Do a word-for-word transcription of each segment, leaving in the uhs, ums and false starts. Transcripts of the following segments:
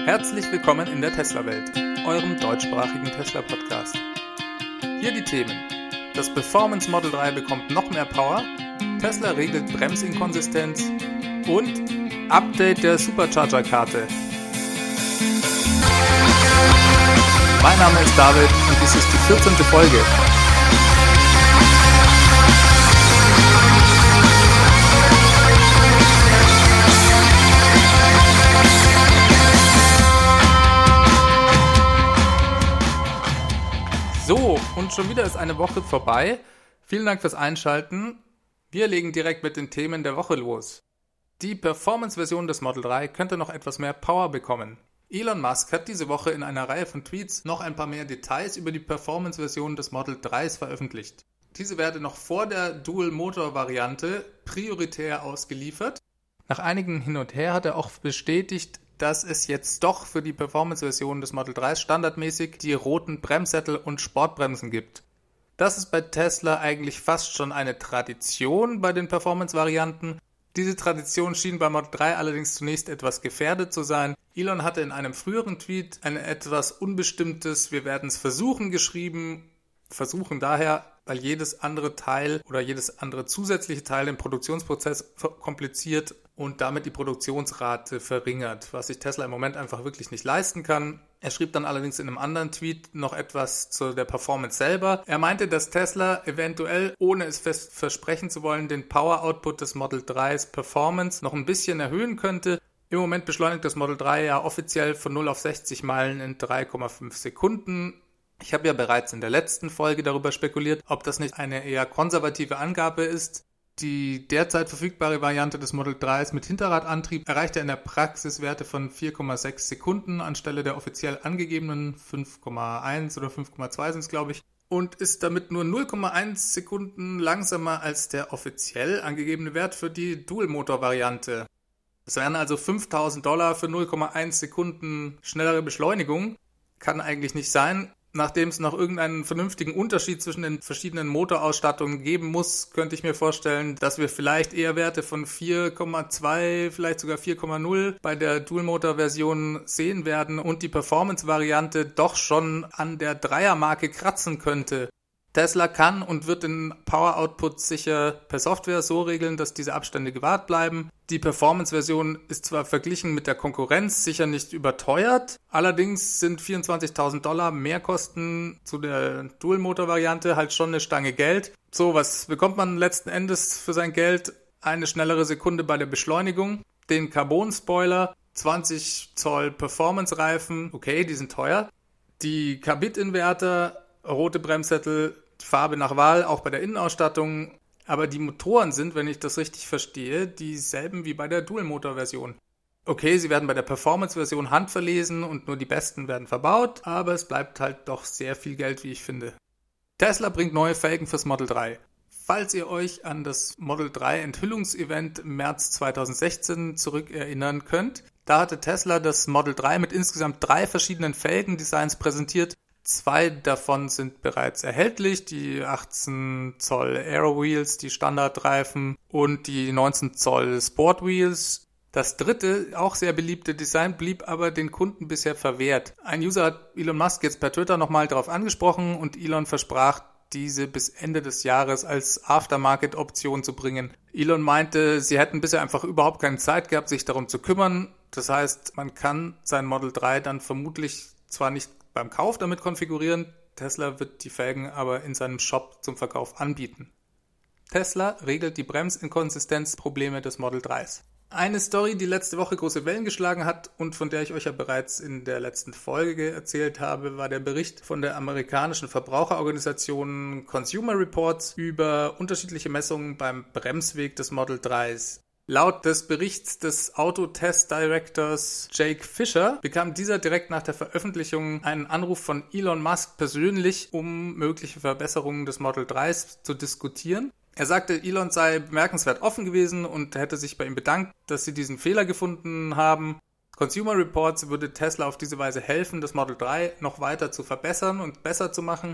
Herzlich willkommen in der Tesla-Welt, eurem deutschsprachigen Tesla-Podcast. Hier die Themen: Das Performance Model drei bekommt noch mehr Power, Tesla regelt Bremsinkonsistenz und Update der Supercharger-Karte. Mein Name ist David und dies ist die vierzehnte Folge. So, und schon wieder ist eine Woche vorbei. Vielen Dank fürs Einschalten. Wir legen direkt mit den Themen der Woche los. Die Performance-Version des Model drei könnte noch etwas mehr Power bekommen. Elon Musk hat diese Woche in einer Reihe von Tweets noch ein paar mehr Details über die Performance-Version des Model drei veröffentlicht. Diese werde noch vor der Dual-Motor-Variante prioritär ausgeliefert. Nach einigen Hin und Her hat er auch bestätigt, dass es jetzt doch für die Performance-Version des Model drei standardmäßig die roten Bremssättel und Sportbremsen gibt. Das ist bei Tesla eigentlich fast schon eine Tradition bei den Performance-Varianten. Diese Tradition schien bei Model drei allerdings zunächst etwas gefährdet zu sein. Elon hatte in einem früheren Tweet ein etwas unbestimmtes "Wir werden es versuchen" geschrieben. Versuchen daher, weil jedes andere Teil oder jedes andere zusätzliche Teil den Produktionsprozess kompliziert und damit die Produktionsrate verringert, was sich Tesla im Moment einfach wirklich nicht leisten kann. Er schrieb dann allerdings in einem anderen Tweet noch etwas zu der Performance selber. Er meinte, dass Tesla eventuell, ohne es fest versprechen zu wollen, den Power-Output des Model dreis Performance noch ein bisschen erhöhen könnte. Im Moment beschleunigt das Model drei ja offiziell von null auf sechzig Meilen in drei Komma fünf Sekunden. Ich habe ja bereits in der letzten Folge darüber spekuliert, ob das nicht eine eher konservative Angabe ist. Die derzeit verfügbare Variante des Model dreis mit Hinterradantrieb erreichte in der Praxis Werte von vier Komma sechs Sekunden anstelle der offiziell angegebenen fünf Komma eins oder fünf Komma zwei sind es, glaube ich, und ist damit nur null Komma eins Sekunden langsamer als der offiziell angegebene Wert für die Dual-Motor-Variante. Das wären also fünftausend Dollar für null Komma eins Sekunden schnellere Beschleunigung. Kann eigentlich nicht sein. Nachdem es noch irgendeinen vernünftigen Unterschied zwischen den verschiedenen Motorausstattungen geben muss, könnte ich mir vorstellen, dass wir vielleicht eher Werte von vier Komma zwei, vielleicht sogar vier Komma null bei der Dual-Motor-Version sehen werden und die Performance-Variante doch schon an der Dreier-Marke kratzen könnte. Tesla kann und wird den Power-Output sicher per Software so regeln, dass diese Abstände gewahrt bleiben. Die Performance-Version ist zwar verglichen mit der Konkurrenz sicher nicht überteuert, allerdings sind vierundzwanzigtausend Dollar Mehrkosten zu der Dual-Motor-Variante halt schon eine Stange Geld. So, was bekommt man letzten Endes für sein Geld? Eine schnellere Sekunde bei der Beschleunigung, den Carbon-Spoiler, zwanzig Zoll Performance-Reifen, okay, die sind teuer, die Cabit-Inverter, rote Bremssättel, Farbe nach Wahl, auch bei der Innenausstattung. Aber die Motoren sind, wenn ich das richtig verstehe, dieselben wie bei der Dual-Motor-Version. Okay, sie werden bei der Performance-Version handverlesen und nur die besten werden verbaut, aber es bleibt halt doch sehr viel Geld, wie ich finde. Tesla bringt neue Felgen fürs Model drei. Falls ihr euch an das Model drei Enthüllungsevent im März zweitausendsechzehn zurückerinnern könnt, da hatte Tesla das Model drei mit insgesamt drei verschiedenen Felgendesigns präsentiert. Zwei davon sind bereits erhältlich, die achtzehn Zoll Aero Wheels, die Standardreifen und die neunzehn Zoll Sport Wheels. Das dritte, auch sehr beliebte Design, blieb aber den Kunden bisher verwehrt. Ein User hat Elon Musk jetzt per Twitter nochmal darauf angesprochen und Elon versprach, diese bis Ende des Jahres als Aftermarket-Option zu bringen. Elon meinte, sie hätten bisher einfach überhaupt keine Zeit gehabt, sich darum zu kümmern. Das heißt, man kann sein Model drei dann vermutlich zwar nicht beim Kauf damit konfigurieren, Tesla wird die Felgen aber in seinem Shop zum Verkauf anbieten. Tesla regelt die Bremsinkonsistenzprobleme des Model dreis. Eine Story, die letzte Woche große Wellen geschlagen hat und von der ich euch ja bereits in der letzten Folge erzählt habe, war der Bericht von der amerikanischen Verbraucherorganisation Consumer Reports über unterschiedliche Messungen beim Bremsweg des Model dreis. Laut des Berichts des Auto-Test-Directors Jake Fisher bekam dieser direkt nach der Veröffentlichung einen Anruf von Elon Musk persönlich, um mögliche Verbesserungen des Model dreis zu diskutieren. Er sagte, Elon sei bemerkenswert offen gewesen und hätte sich bei ihm bedankt, dass sie diesen Fehler gefunden haben. Consumer Reports würde Tesla auf diese Weise helfen, das Model drei noch weiter zu verbessern und besser zu machen.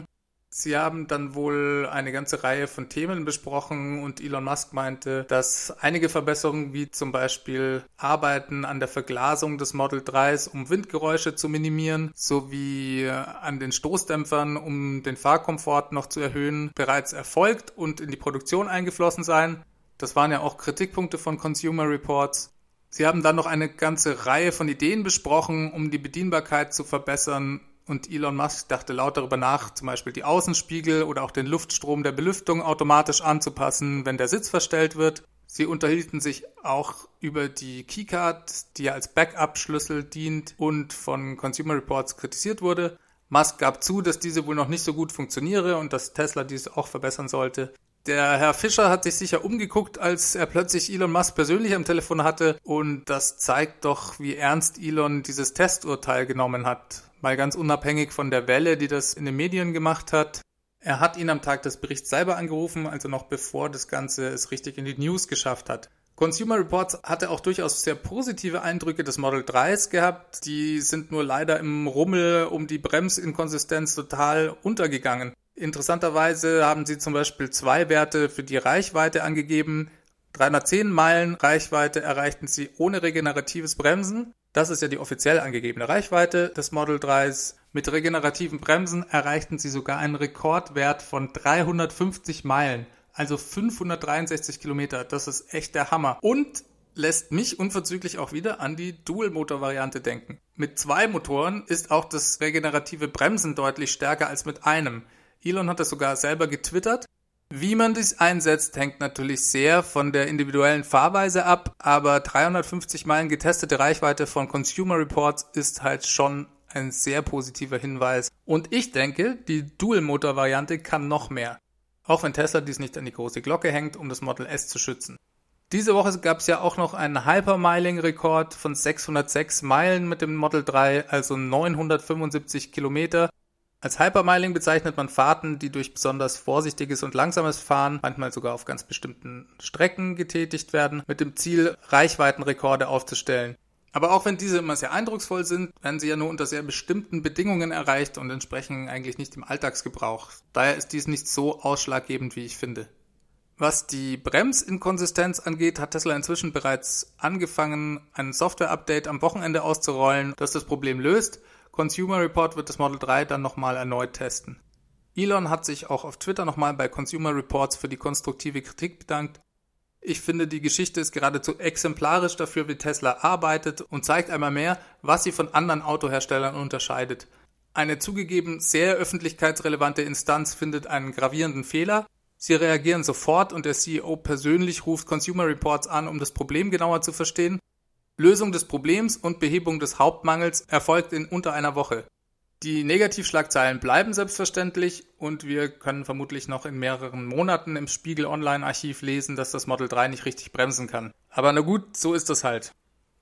Sie haben dann wohl eine ganze Reihe von Themen besprochen und Elon Musk meinte, dass einige Verbesserungen wie zum Beispiel Arbeiten an der Verglasung des Model dreis, um Windgeräusche zu minimieren, sowie an den Stoßdämpfern, um den Fahrkomfort noch zu erhöhen, bereits erfolgt und in die Produktion eingeflossen seien. Das waren ja auch Kritikpunkte von Consumer Reports. Sie haben dann noch eine ganze Reihe von Ideen besprochen, um die Bedienbarkeit zu verbessern. Und Elon Musk dachte laut darüber nach, zum Beispiel die Außenspiegel oder auch den Luftstrom der Belüftung automatisch anzupassen, wenn der Sitz verstellt wird. Sie unterhielten sich auch über die Keycard, die ja als Backup-Schlüssel dient und von Consumer Reports kritisiert wurde. Musk gab zu, dass diese wohl noch nicht so gut funktioniere und dass Tesla dies auch verbessern sollte. Der Herr Fischer hat sich sicher umgeguckt, als er plötzlich Elon Musk persönlich am Telefon hatte, und das zeigt doch, wie ernst Elon dieses Testurteil genommen hat. Mal ganz unabhängig von der Welle, die das in den Medien gemacht hat. Er hat ihn am Tag des Berichts selber angerufen, also noch bevor das Ganze es richtig in die News geschafft hat. Consumer Reports hatte auch durchaus sehr positive Eindrücke des Model dreis gehabt. Die sind nur leider im Rummel um die Bremsinkonsistenz total untergegangen. Interessanterweise haben sie zum Beispiel zwei Werte für die Reichweite angegeben. dreihundertzehn Meilen Reichweite erreichten sie ohne regeneratives Bremsen. Das ist ja die offiziell angegebene Reichweite des Model dreis. Mit regenerativen Bremsen erreichten sie sogar einen Rekordwert von dreihundertfünfzig Meilen, also fünfhundertdreiundsechzig Kilometer. Das ist echt der Hammer. Und lässt mich unverzüglich auch wieder an die Dual-Motor-Variante denken. Mit zwei Motoren ist auch das regenerative Bremsen deutlich stärker als mit einem. Elon hat das sogar selber getwittert. Wie man dies einsetzt, hängt natürlich sehr von der individuellen Fahrweise ab, aber dreihundertfünfzig Meilen getestete Reichweite von Consumer Reports ist halt schon ein sehr positiver Hinweis. Und ich denke, die Dual-Motor-Variante kann noch mehr. Auch wenn Tesla dies nicht an die große Glocke hängt, um das Model S zu schützen. Diese Woche gab es ja auch noch einen Hypermiling-Rekord von sechshundertsechs Meilen mit dem Model drei, also neunhundertfünfundsiebzig Kilometer. Als Hypermiling bezeichnet man Fahrten, die durch besonders vorsichtiges und langsames Fahren, manchmal sogar auf ganz bestimmten Strecken getätigt werden, mit dem Ziel, Reichweitenrekorde aufzustellen. Aber auch wenn diese immer sehr eindrucksvoll sind, werden sie ja nur unter sehr bestimmten Bedingungen erreicht und entsprechen eigentlich nicht dem Alltagsgebrauch. Daher ist dies nicht so ausschlaggebend, wie ich finde. Was die Bremsinkonsistenz angeht, hat Tesla inzwischen bereits angefangen, ein Software-Update am Wochenende auszurollen, das das Problem löst. Consumer Report wird das Model drei dann nochmal erneut testen. Elon hat sich auch auf Twitter nochmal bei Consumer Reports für die konstruktive Kritik bedankt. Ich finde, die Geschichte ist geradezu exemplarisch dafür, wie Tesla arbeitet und zeigt einmal mehr, was sie von anderen Autoherstellern unterscheidet. Eine zugegeben sehr öffentlichkeitsrelevante Instanz findet einen gravierenden Fehler. Sie reagieren sofort und der C E O persönlich ruft Consumer Reports an, um das Problem genauer zu verstehen. Lösung des Problems und Behebung des Hauptmangels erfolgt in unter einer Woche. Die Negativschlagzeilen bleiben selbstverständlich und wir können vermutlich noch in mehreren Monaten im Spiegel Online-Archiv lesen, dass das Model drei nicht richtig bremsen kann. Aber na gut, so ist es halt.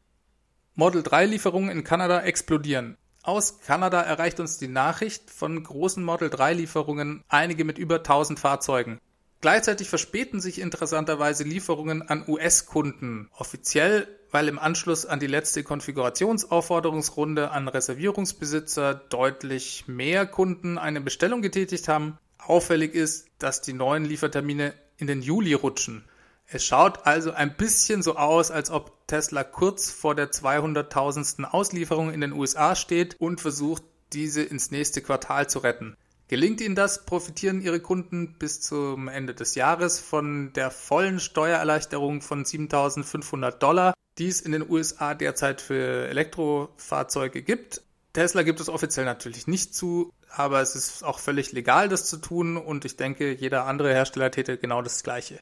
Model drei Lieferungen in Kanada explodieren. Aus Kanada erreicht uns die Nachricht von großen Model drei Lieferungen, einige mit über tausend Fahrzeugen. Gleichzeitig verspäten sich interessanterweise Lieferungen an U S-Kunden. Offiziell, weil im Anschluss an die letzte Konfigurationsaufforderungsrunde an Reservierungsbesitzer deutlich mehr Kunden eine Bestellung getätigt haben. Auffällig ist, dass die neuen Liefertermine in den Juli rutschen. Es schaut also ein bisschen so aus, als ob Tesla kurz vor der zweihunderttausendsten Auslieferung in den U S A steht und versucht, diese ins nächste Quartal zu retten. Gelingt ihnen das, profitieren ihre Kunden bis zum Ende des Jahres von der vollen Steuererleichterung von siebentausendfünfhundert Dollar, die es in den U S A derzeit für Elektrofahrzeuge gibt. Tesla gibt es offiziell natürlich nicht zu, aber es ist auch völlig legal, das zu tun und ich denke, jeder andere Hersteller täte genau das Gleiche.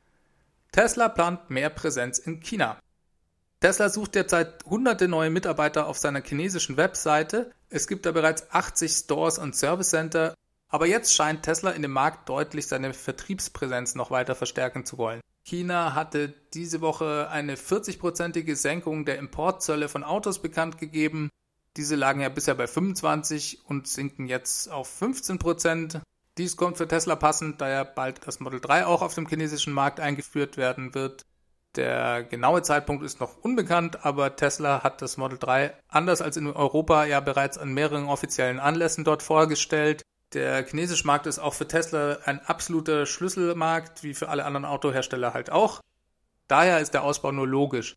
Tesla plant mehr Präsenz in China. Tesla sucht derzeit hunderte neue Mitarbeiter auf seiner chinesischen Webseite. Es gibt da bereits achtzig Stores und Service Center, aber jetzt scheint Tesla in dem Markt deutlich seine Vertriebspräsenz noch weiter verstärken zu wollen. China hatte diese Woche eine vierzig-prozentige Senkung der Importzölle von Autos bekannt gegeben. Diese lagen ja bisher bei fünfundzwanzig und sinken jetzt auf fünfzehn Prozent. Dies kommt für Tesla passend, da ja bald das Model drei auch auf dem chinesischen Markt eingeführt werden wird. Der genaue Zeitpunkt ist noch unbekannt, aber Tesla hat das Model drei anders als in Europa ja bereits an mehreren offiziellen Anlässen dort vorgestellt. Der chinesische Markt ist auch für Tesla ein absoluter Schlüsselmarkt, wie für alle anderen Autohersteller halt auch. Daher ist der Ausbau nur logisch.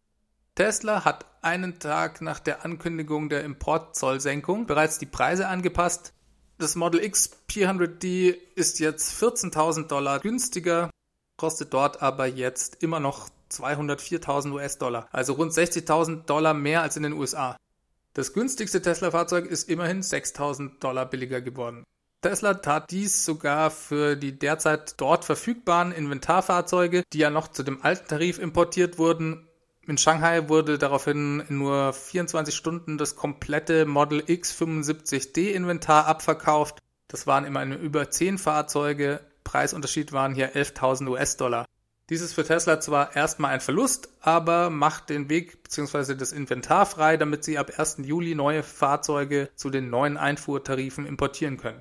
Tesla hat einen Tag nach der Ankündigung der Importzollsenkung bereits die Preise angepasst. Das Model X vierhundert D ist jetzt vierzehntausend Dollar günstiger, kostet dort aber jetzt immer noch zweihundertviertausend US-Dollar, also rund sechzigtausend Dollar mehr als in den U S A. Das günstigste Tesla-Fahrzeug ist immerhin sechstausend Dollar billiger geworden. Tesla tat dies sogar für die derzeit dort verfügbaren Inventarfahrzeuge, die ja noch zu dem alten Tarif importiert wurden. In Shanghai wurde daraufhin in nur vierundzwanzig Stunden das komplette Model X fünfundsiebzig D Inventar abverkauft. Das waren immerhin über zehn Fahrzeuge. Preisunterschied waren hier elftausend US-Dollar. Dies ist für Tesla zwar erstmal ein Verlust, aber macht den Weg bzw. das Inventar frei, damit sie ab ersten Juli neue Fahrzeuge zu den neuen Einfuhrtarifen importieren können.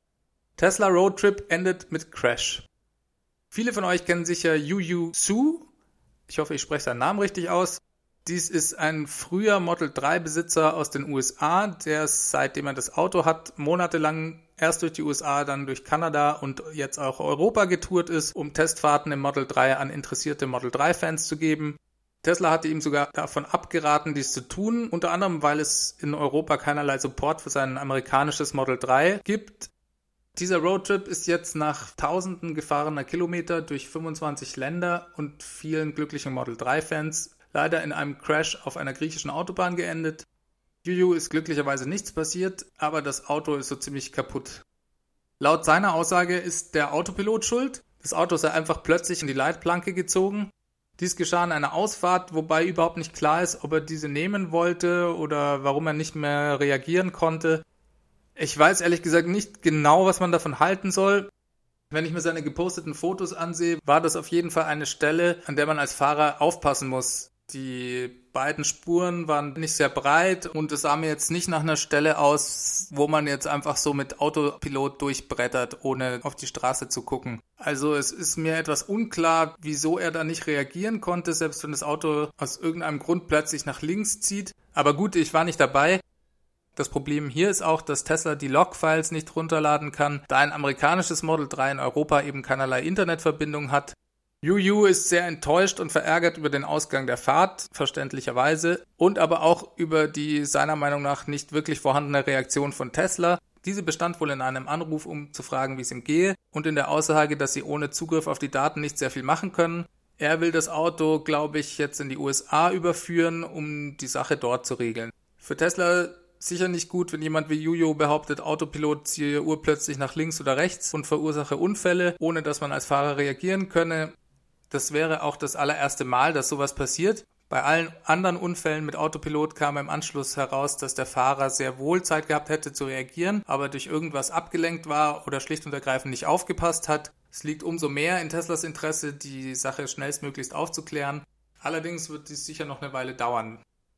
Tesla Roadtrip endet mit Crash. Viele von euch kennen sicher Yu-Yu Su. Ich hoffe, ich spreche seinen Namen richtig aus. Dies ist ein früher Model drei Besitzer aus den U S A, der seitdem er das Auto hat, monatelang erst durch die U S A, dann durch Kanada und jetzt auch Europa getourt ist, um Testfahrten im Model drei an interessierte Model drei Fans zu geben. Tesla hatte ihm sogar davon abgeraten, dies zu tun, unter anderem, weil es in Europa keinerlei Support für sein amerikanisches Model drei gibt. Dieser Roadtrip ist jetzt nach tausenden gefahrener Kilometer durch fünfundzwanzig Länder und vielen glücklichen Model drei Fans leider in einem Crash auf einer griechischen Autobahn geendet. Yu-Yu ist glücklicherweise nichts passiert, aber das Auto ist so ziemlich kaputt. Laut seiner Aussage ist der Autopilot schuld. Das Auto sei einfach plötzlich in die Leitplanke gezogen. Dies geschah in einer Ausfahrt, wobei überhaupt nicht klar ist, ob er diese nehmen wollte oder warum er nicht mehr reagieren konnte. Ich weiß ehrlich gesagt nicht genau, was man davon halten soll. Wenn ich mir seine geposteten Fotos ansehe, war das auf jeden Fall eine Stelle, an der man als Fahrer aufpassen muss. Die beiden Spuren waren nicht sehr breit und es sah mir jetzt nicht nach einer Stelle aus, wo man jetzt einfach so mit Autopilot durchbrettert, ohne auf die Straße zu gucken. Also es ist mir etwas unklar, wieso er da nicht reagieren konnte, selbst wenn das Auto aus irgendeinem Grund plötzlich nach links zieht. Aber gut, ich war nicht dabei. Das Problem hier ist auch, dass Tesla die Logfiles nicht runterladen kann, da ein amerikanisches Model drei in Europa eben keinerlei Internetverbindung hat. Yu-Yu ist sehr enttäuscht und verärgert über den Ausgang der Fahrt, verständlicherweise, und aber auch über die seiner Meinung nach nicht wirklich vorhandene Reaktion von Tesla. Diese bestand wohl in einem Anruf, um zu fragen, wie es ihm gehe, und in der Aussage, dass sie ohne Zugriff auf die Daten nicht sehr viel machen können. Er will das Auto, glaube ich, jetzt in die U S A überführen, um die Sache dort zu regeln. Für Tesla sicher nicht gut, wenn jemand wie Yu-Yu behauptet, Autopilot ziehe urplötzlich nach links oder rechts und verursache Unfälle, ohne dass man als Fahrer reagieren könne. Das wäre auch das allererste Mal, dass sowas passiert. Bei allen anderen Unfällen mit Autopilot kam im Anschluss heraus, dass der Fahrer sehr wohl Zeit gehabt hätte zu reagieren, aber durch irgendwas abgelenkt war oder schlicht und ergreifend nicht aufgepasst hat. Es liegt umso mehr in Teslas Interesse, die Sache schnellstmöglichst aufzuklären. Allerdings wird dies sicher noch eine Weile dauern.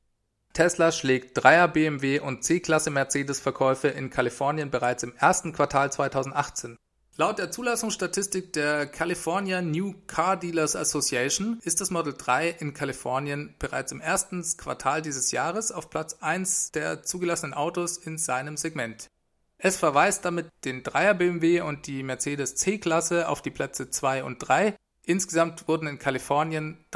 Tesla schlägt Dreier B M W und C-Klasse Mercedes-Verkäufe in Kalifornien bereits im ersten Quartal zweitausendachtzehn. Laut der Zulassungsstatistik der California New Car Dealers Association ist das Model drei in Kalifornien bereits im ersten Quartal dieses Jahres auf Platz eins der zugelassenen Autos in seinem Segment. Es verweist damit den Dreier B M W und die Mercedes C-Klasse auf die Plätze zwei und drei. Insgesamt wurden in Kalifornien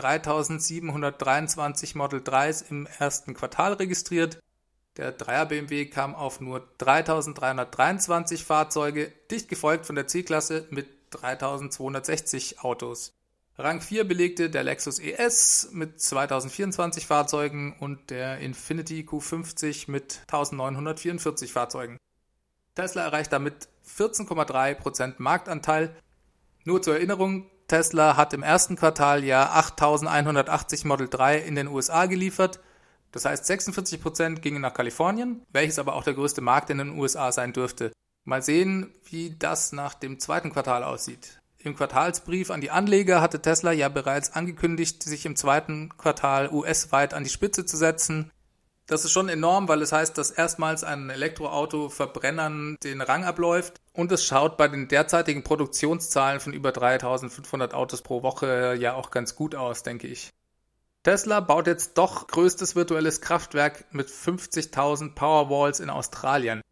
dreitausendsiebenhundertdreiundzwanzig Model dreis im ersten Quartal registriert. Der Dreier B M W kam auf nur dreitausenddreihundertdreiundzwanzig Fahrzeuge, dicht gefolgt von der C-Klasse mit dreitausendzweihundertsechzig Autos. Rang vier belegte der Lexus E S mit zweitausendvierundzwanzig Fahrzeugen und der Infiniti Q fünfzig mit eintausendneunhundertvierundvierzig Fahrzeugen. Tesla erreicht damit vierzehn Komma drei Prozent Marktanteil. Nur zur Erinnerung, Tesla hat im ersten Quartaljahr achttausendeinhundertachtzig Model drei in den U S A geliefert. Das heißt, sechsundvierzig Prozent gingen nach Kalifornien, welches aber auch der größte Markt in den U S A sein dürfte. Mal sehen, wie das nach dem zweiten Quartal aussieht. Im Quartalsbrief an die Anleger hatte Tesla ja bereits angekündigt, sich im zweiten Quartal U S-weit an die Spitze zu setzen. Das ist schon enorm, weil es heißt, dass erstmals ein Elektroauto-Verbrennern den Rang abläuft. Und es schaut bei den derzeitigen Produktionszahlen von über dreitausendfünfhundert Autos pro Woche ja auch ganz gut aus, denke ich. Tesla baut jetzt doch größtes virtuelles Kraftwerk mit fünfzigtausend Powerwalls in Australien.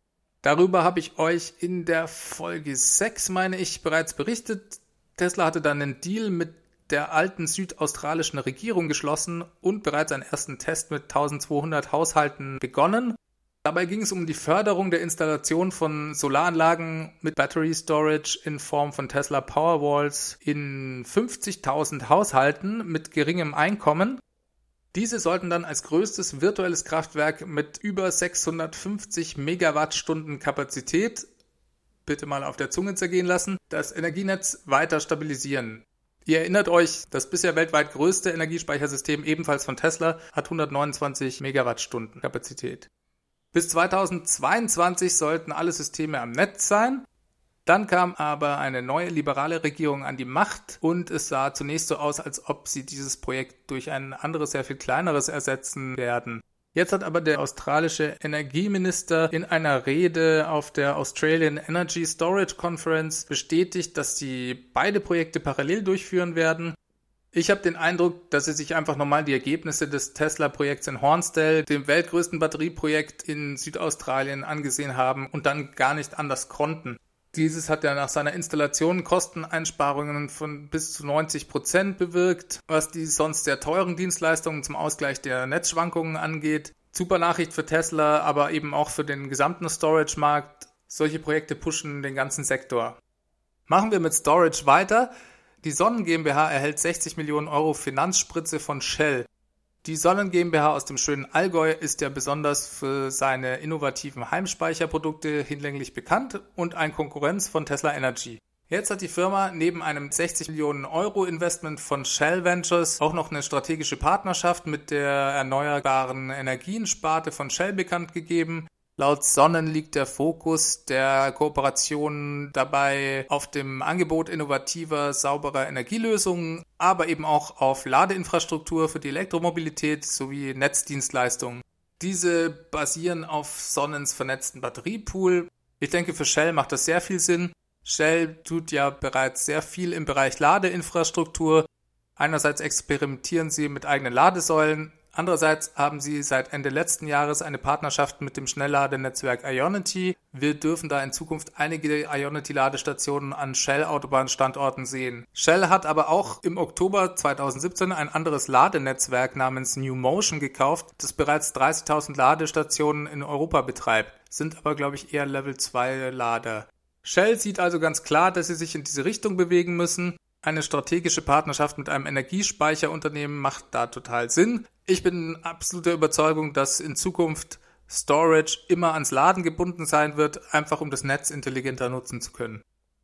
Darüber habe ich euch in der Folge sechs, meine ich, bereits berichtet. Tesla hatte dann einen Deal mit der alten südaustralischen Regierung geschlossen und bereits einen ersten Test mit eintausendzweihundert Haushalten begonnen. Dabei ging es um die Förderung der Installation von Solaranlagen mit Battery Storage in Form von Tesla Powerwalls in fünfzigtausend Haushalten mit geringem Einkommen. Diese sollten dann als größtes virtuelles Kraftwerk mit über sechshundertfünfzig Megawattstunden Kapazität, bitte mal auf der Zunge zergehen lassen, das Energienetz weiter stabilisieren. Ihr erinnert euch, das bisher weltweit größte Energiespeichersystem ebenfalls von Tesla hat hundertneunundzwanzig Megawattstunden Kapazität. Bis zweitausendzweiundzwanzig sollten alle Systeme am Netz sein. Dann kam aber eine neue liberale Regierung an die Macht und es sah zunächst so aus, als ob sie dieses Projekt durch ein anderes, sehr viel kleineres ersetzen werden. Jetzt hat aber der australische Energieminister in einer Rede auf der Australian Energy Storage Conference bestätigt, dass sie beide Projekte parallel durchführen werden. Ich habe den Eindruck, dass sie sich einfach nochmal die Ergebnisse des Tesla-Projekts in Hornsdale, dem weltgrößten Batterieprojekt in Südaustralien, angesehen haben und dann gar nicht anders konnten. Dieses hat ja nach seiner Installation Kosteneinsparungen von bis zu neunzig Prozent bewirkt, was die sonst sehr teuren Dienstleistungen zum Ausgleich der Netzschwankungen angeht. Super Nachricht für Tesla, aber eben auch für den gesamten Storage-Markt. Solche Projekte pushen den ganzen Sektor. Machen wir mit Storage weiter. Die Sonnen GmbH erhält sechzig Millionen Euro Finanzspritze von Shell. Die Sonnen GmbH aus dem schönen Allgäu ist ja besonders für seine innovativen Heimspeicherprodukte hinlänglich bekannt und ein Konkurrenz von Tesla Energy. Jetzt hat die Firma neben einem sechzig Millionen Euro Investment von Shell Ventures auch noch eine strategische Partnerschaft mit der erneuerbaren Energien-Sparte von Shell bekannt gegeben. Laut Sonnen liegt der Fokus der Kooperation dabei auf dem Angebot innovativer, sauberer Energielösungen, aber eben auch auf Ladeinfrastruktur für die Elektromobilität sowie Netzdienstleistungen. Diese basieren auf Sonnens vernetzten Batteriepool. Ich denke, für Shell macht das sehr viel Sinn. Shell tut ja bereits sehr viel im Bereich Ladeinfrastruktur. Einerseits experimentieren sie mit eigenen Ladesäulen. Andererseits haben sie seit Ende letzten Jahres eine Partnerschaft mit dem Schnellladenetzwerk Ionity. Wir dürfen da in Zukunft einige Ionity-Ladestationen an Shell-Autobahnstandorten sehen. Shell hat aber auch im Oktober zweitausendsiebzehn ein anderes Ladenetzwerk namens New Motion gekauft, das bereits dreißigtausend Ladestationen in Europa betreibt, sind aber, glaube ich, eher Level zwei Lader. Shell sieht also ganz klar, dass sie sich in diese Richtung bewegen müssen. Eine strategische Partnerschaft mit einem Energiespeicherunternehmen macht da total Sinn. Ich bin absoluter Überzeugung, dass in Zukunft Storage immer ans Laden gebunden sein wird, einfach um das Netz intelligenter nutzen zu können.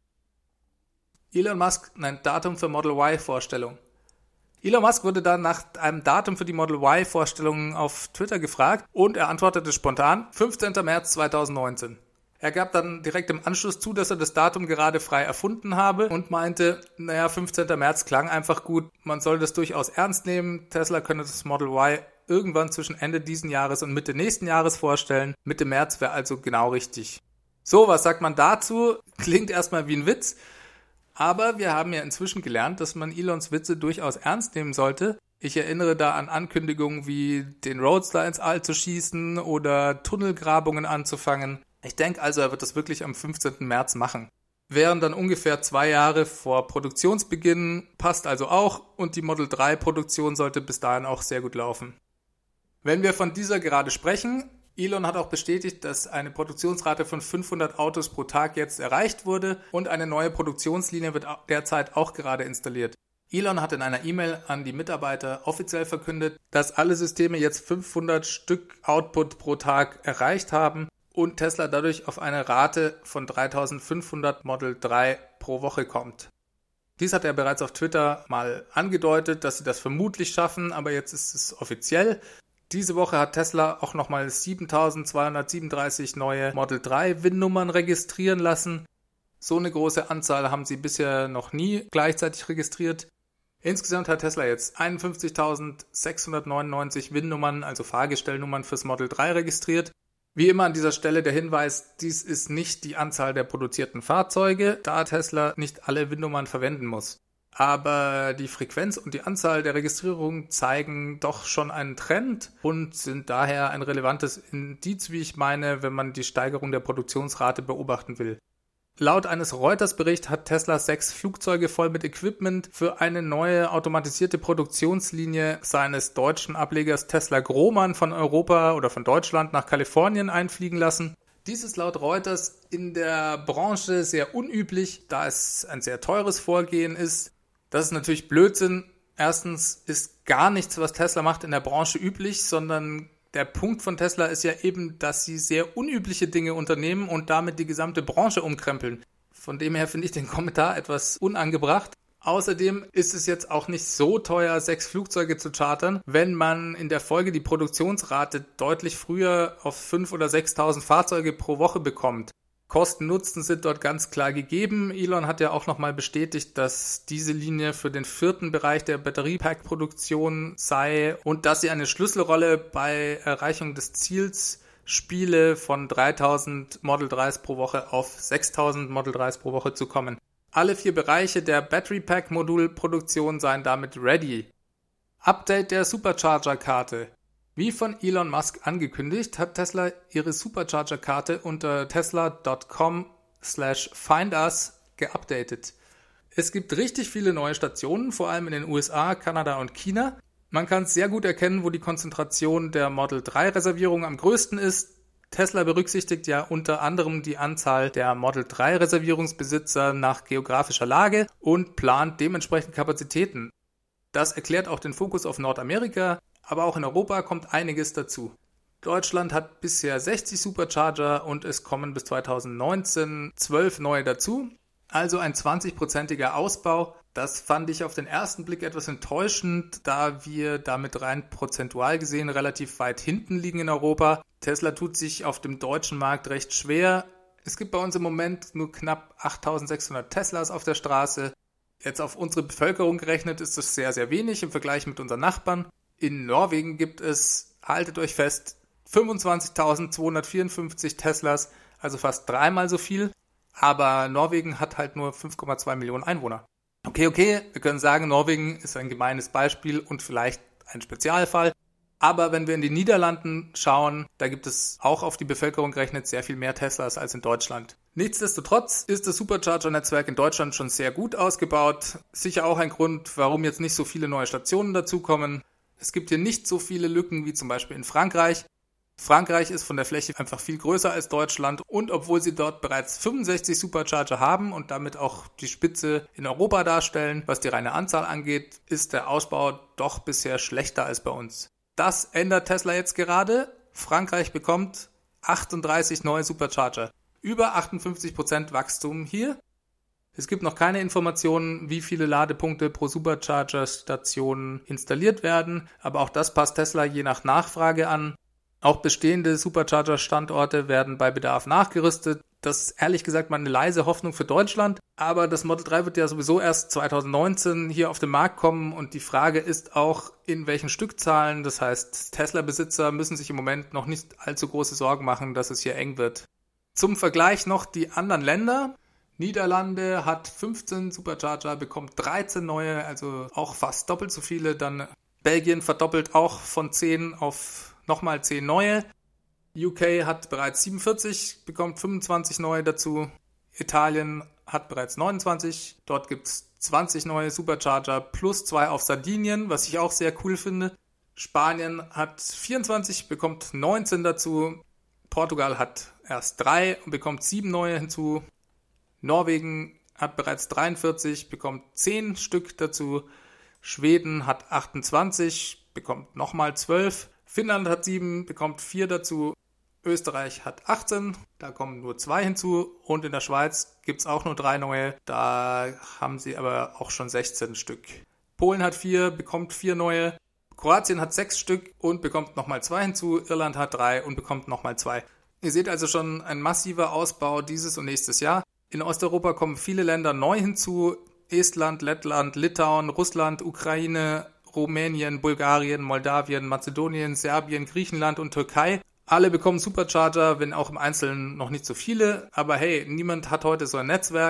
Elon Musk nennt Datum für Model Y-Vorstellung. Elon Musk wurde dann nach einem Datum für die Model Y-Vorstellungen auf Twitter gefragt und er antwortete spontan fünfzehnter März zweitausendneunzehn. Er gab dann direkt im Anschluss zu, dass er das Datum gerade frei erfunden habe und meinte, naja, fünfzehnter März klang einfach gut, man soll das durchaus ernst nehmen, Tesla könne das Model Y irgendwann zwischen Ende diesen Jahres und Mitte nächsten Jahres vorstellen, Mitte März wäre also genau richtig. So, was sagt man dazu? Klingt erstmal wie ein Witz, aber wir haben ja inzwischen gelernt, dass man Elons Witze durchaus ernst nehmen sollte. Ich erinnere da an Ankündigungen wie den Roadster ins All zu schießen oder Tunnelgrabungen anzufangen. Ich denke also, er wird das wirklich am fünfzehnten März machen. Wären dann ungefähr zwei Jahre vor Produktionsbeginn, passt also auch und die Model drei Produktion sollte bis dahin auch sehr gut laufen. Wenn wir von dieser gerade sprechen, Elon hat auch bestätigt, dass eine Produktionsrate von fünfhundert Autos pro Tag jetzt erreicht wurde und eine neue Produktionslinie wird derzeit auch gerade installiert. Elon hat in einer E-Mail an die Mitarbeiter offiziell verkündet, dass alle Systeme jetzt fünfhundert Stück Output pro Tag erreicht haben und Tesla dadurch auf eine Rate von dreitausendfünfhundert Model drei pro Woche kommt. Dies hat er bereits auf Twitter mal angedeutet, dass sie das vermutlich schaffen, aber jetzt ist es offiziell. Diese Woche hat Tesla auch nochmal siebentausendzweihundertsiebenunddreißig neue Model drei W I N-Nummern registrieren lassen. So eine große Anzahl haben sie bisher noch nie gleichzeitig registriert. Insgesamt hat Tesla jetzt einundfünfzigtausendsechshundertneunundneunzig W I N-Nummern, also Fahrgestellnummern fürs Model drei registriert. Wie immer an dieser Stelle der Hinweis, dies ist nicht die Anzahl der produzierten Fahrzeuge, da Tesla nicht alle W I N-Nummern verwenden muss. Aber die Frequenz und die Anzahl der Registrierungen zeigen doch schon einen Trend und sind daher ein relevantes Indiz, wie ich meine, wenn man die Steigerung der Produktionsrate beobachten will. Laut eines Reuters-Berichts hat Tesla sechs Flugzeuge voll mit Equipment für eine neue automatisierte Produktionslinie seines deutschen Ablegers Tesla Grohmann von Europa oder von Deutschland nach Kalifornien einfliegen lassen. Dies ist laut Reuters in der Branche sehr unüblich, da es ein sehr teures Vorgehen ist. Das ist natürlich Blödsinn. Erstens ist gar nichts, was Tesla macht, in der Branche üblich, sondern der Punkt von Tesla ist ja eben, dass sie sehr unübliche Dinge unternehmen und damit die gesamte Branche umkrempeln. Von dem her finde ich den Kommentar etwas unangebracht. Außerdem ist es jetzt auch nicht so teuer, sechs Flugzeuge zu chartern, wenn man in der Folge die Produktionsrate deutlich früher auf fünftausend oder sechstausend Fahrzeuge pro Woche bekommt. Kosten-Nutzen sind dort ganz klar gegeben. Elon hat ja auch nochmal bestätigt, dass diese Linie für den vierten Bereich der Batteriepack-Produktion sei und dass sie eine Schlüsselrolle bei Erreichung des Ziels spiele, von dreitausend Model dreis pro Woche auf sechstausend Model dreis pro Woche zu kommen. Alle vier Bereiche der Battery Pack Modulproduktion seien damit ready. Update der Supercharger-Karte. Wie von Elon Musk angekündigt, hat Tesla ihre Supercharger-Karte unter tesla dot com slash find us geupdatet. Es gibt richtig viele neue Stationen, vor allem in den U S A, Kanada und China. Man kann sehr gut erkennen, wo die Konzentration der Model drei Reservierungen am größten ist. Tesla berücksichtigt ja unter anderem die Anzahl der Model drei Reservierungsbesitzer nach geografischer Lage und plant dementsprechend Kapazitäten. Das erklärt auch den Fokus auf Nordamerika, aber auch in Europa kommt einiges dazu. Deutschland hat bisher sechzig Supercharger und es kommen bis zweitausendneunzehn zwölf neue dazu, also ein zwanzig-prozentiger Ausbau. Das fand ich auf den ersten Blick etwas enttäuschend, da wir damit rein prozentual gesehen relativ weit hinten liegen in Europa. Tesla tut sich auf dem deutschen Markt recht schwer. Es gibt bei uns im Moment nur knapp achttausendsechshundert Teslas auf der Straße. Jetzt auf unsere Bevölkerung gerechnet ist das sehr, sehr wenig im Vergleich mit unseren Nachbarn. In Norwegen gibt es, haltet euch fest, fünfundzwanzigtausendzweihundertvierundfünfzig Teslas, also fast dreimal so viel. Aber Norwegen hat halt nur fünf Komma zwei Millionen Einwohner. Okay, okay, wir können sagen, Norwegen ist ein gemeines Beispiel und vielleicht ein Spezialfall. Aber wenn wir in die Niederlanden schauen, da gibt es auch auf die Bevölkerung gerechnet sehr viel mehr Teslas als in Deutschland. Nichtsdestotrotz ist das Supercharger-Netzwerk in Deutschland schon sehr gut ausgebaut. Sicher auch ein Grund, warum jetzt nicht so viele neue Stationen dazukommen. Es gibt hier nicht so viele Lücken wie zum Beispiel in Frankreich. Frankreich ist von der Fläche einfach viel größer als Deutschland und obwohl sie dort bereits fünfundsechzig Supercharger haben und damit auch die Spitze in Europa darstellen, was die reine Anzahl angeht, ist der Ausbau doch bisher schlechter als bei uns. Das ändert Tesla jetzt gerade. Frankreich bekommt achtunddreißig neue Supercharger. Über achtundfünfzig Prozent Wachstum hier. Es gibt noch keine Informationen, wie viele Ladepunkte pro Supercharger-Station installiert werden, aber auch das passt Tesla je nach Nachfrage an. Auch bestehende Supercharger-Standorte werden bei Bedarf nachgerüstet. Das ist ehrlich gesagt mal eine leise Hoffnung für Deutschland, aber das Model drei wird ja sowieso erst zweitausendneunzehn hier auf den Markt kommen und die Frage ist auch, in welchen Stückzahlen. Das heißt, Tesla-Besitzer müssen sich im Moment noch nicht allzu große Sorgen machen, dass es hier eng wird. Zum Vergleich noch die anderen Länder. Niederlande hat fünfzehn Supercharger, bekommt dreizehn neue, also auch fast doppelt so viele. Dann Belgien verdoppelt auch von zehn auf nochmal zehn neue. U K hat bereits siebenundvierzig, bekommt fünfundzwanzig neue dazu. Italien hat bereits neunundzwanzig, dort gibt es zwanzig neue Supercharger plus zwei auf Sardinien, was ich auch sehr cool finde. Spanien hat vierundzwanzig, bekommt neunzehn dazu. Portugal hat erst drei und bekommt sieben neue hinzu. Norwegen hat bereits dreiundvierzig, bekommt zehn Stück dazu. Schweden hat achtundzwanzig, bekommt nochmal zwölf. Finnland hat sieben, bekommt vier dazu. Österreich hat achtzehn, da kommen nur zwei hinzu. Und in der Schweiz gibt es auch nur drei neue, da haben sie aber auch schon sechzehn Stück. Polen hat vier, bekommt vier neue. Kroatien hat sechs Stück und bekommt nochmal zwei hinzu. Irland hat drei und bekommt nochmal zwei. Ihr seht also schon ein massiver Ausbau dieses und nächstes Jahr. In Osteuropa kommen viele Länder neu hinzu. Estland, Lettland, Litauen, Russland, Ukraine, Rumänien, Bulgarien, Moldawien, Mazedonien, Serbien, Griechenland und Türkei. Alle bekommen Supercharger, wenn auch im Einzelnen noch nicht so viele. Aber hey, niemand hat heute so ein Netzwerk.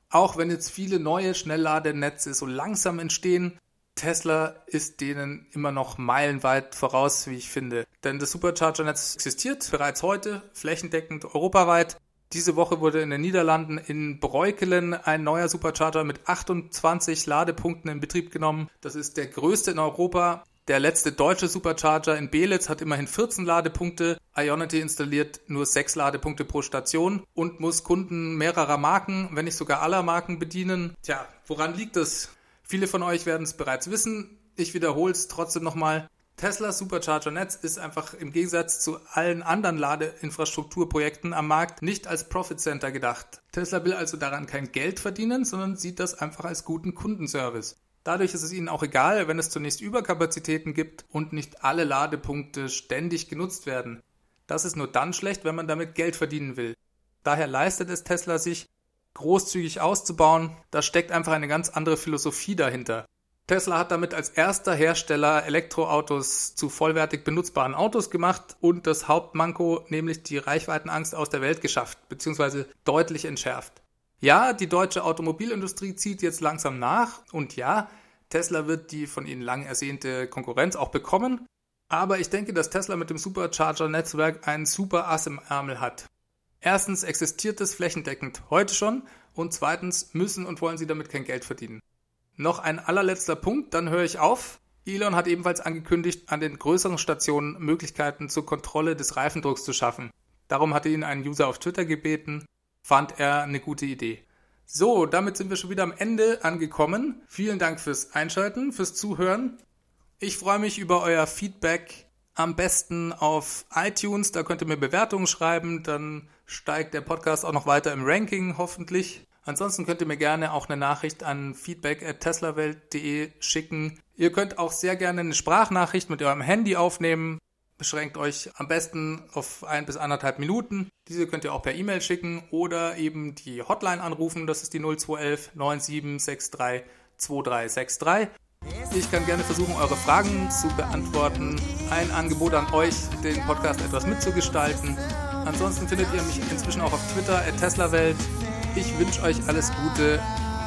Auch wenn jetzt viele neue Schnellladenetze so langsam entstehen, Tesla ist denen immer noch meilenweit voraus, wie ich finde. Denn das Supercharger-Netz existiert bereits heute, flächendeckend europaweit. Diese Woche wurde in den Niederlanden in Breukelen ein neuer Supercharger mit achtundzwanzig Ladepunkten in Betrieb genommen. Das ist der größte in Europa. Der letzte deutsche Supercharger in Belitz hat immerhin vierzehn Ladepunkte. Ionity installiert nur sechs Ladepunkte pro Station und muss Kunden mehrerer Marken, wenn nicht sogar aller Marken bedienen. Tja, woran liegt das? Viele von euch werden es bereits wissen. Ich wiederhole es trotzdem nochmal. Teslas Supercharger-Netz ist einfach im Gegensatz zu allen anderen Ladeinfrastrukturprojekten am Markt nicht als Profit Center gedacht. Tesla will also daran kein Geld verdienen, sondern sieht das einfach als guten Kundenservice. Dadurch ist es ihnen auch egal, wenn es zunächst Überkapazitäten gibt und nicht alle Ladepunkte ständig genutzt werden. Das ist nur dann schlecht, wenn man damit Geld verdienen will. Daher leistet es Tesla sich, großzügig auszubauen. Da steckt einfach eine ganz andere Philosophie dahinter. Tesla hat damit als erster Hersteller Elektroautos zu vollwertig benutzbaren Autos gemacht und das Hauptmanko, nämlich die Reichweitenangst, aus der Welt geschafft bzw. deutlich entschärft. Ja, die deutsche Automobilindustrie zieht jetzt langsam nach und ja, Tesla wird die von ihnen lang ersehnte Konkurrenz auch bekommen. Aber ich denke, dass Tesla mit dem Supercharger-Netzwerk einen super Ass im Ärmel hat. Erstens existiert es flächendeckend heute schon und zweitens müssen und wollen sie damit kein Geld verdienen. Noch ein allerletzter Punkt, dann höre ich auf. Elon hat ebenfalls angekündigt, an den größeren Stationen Möglichkeiten zur Kontrolle des Reifendrucks zu schaffen. Darum hatte ihn ein User auf Twitter gebeten, fand er eine gute Idee. So, damit sind wir schon wieder am Ende angekommen. Vielen Dank fürs Einschalten, fürs Zuhören. Ich freue mich über euer Feedback. Am besten auf iTunes, da könnt ihr mir Bewertungen schreiben, dann steigt der Podcast auch noch weiter im Ranking, hoffentlich. Ansonsten könnt ihr mir gerne auch eine Nachricht an feedback at teslawelt punkt de schicken. Ihr könnt auch sehr gerne eine Sprachnachricht mit eurem Handy aufnehmen. Beschränkt euch am besten auf ein bis anderthalb Minuten. Diese könnt ihr auch per E-Mail schicken oder eben die Hotline anrufen. Das ist die null zwei eins eins neun sieben sechs drei zwei drei sechs drei. Ich kann gerne versuchen, eure Fragen zu beantworten. Ein Angebot an euch, den Podcast etwas mitzugestalten. Ansonsten findet ihr mich inzwischen auch auf Twitter at teslawelt. Ich wünsche euch alles Gute.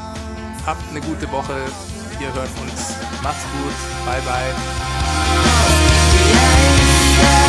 Habt eine gute Woche. Ihr hört uns. Macht's gut. Bye, bye.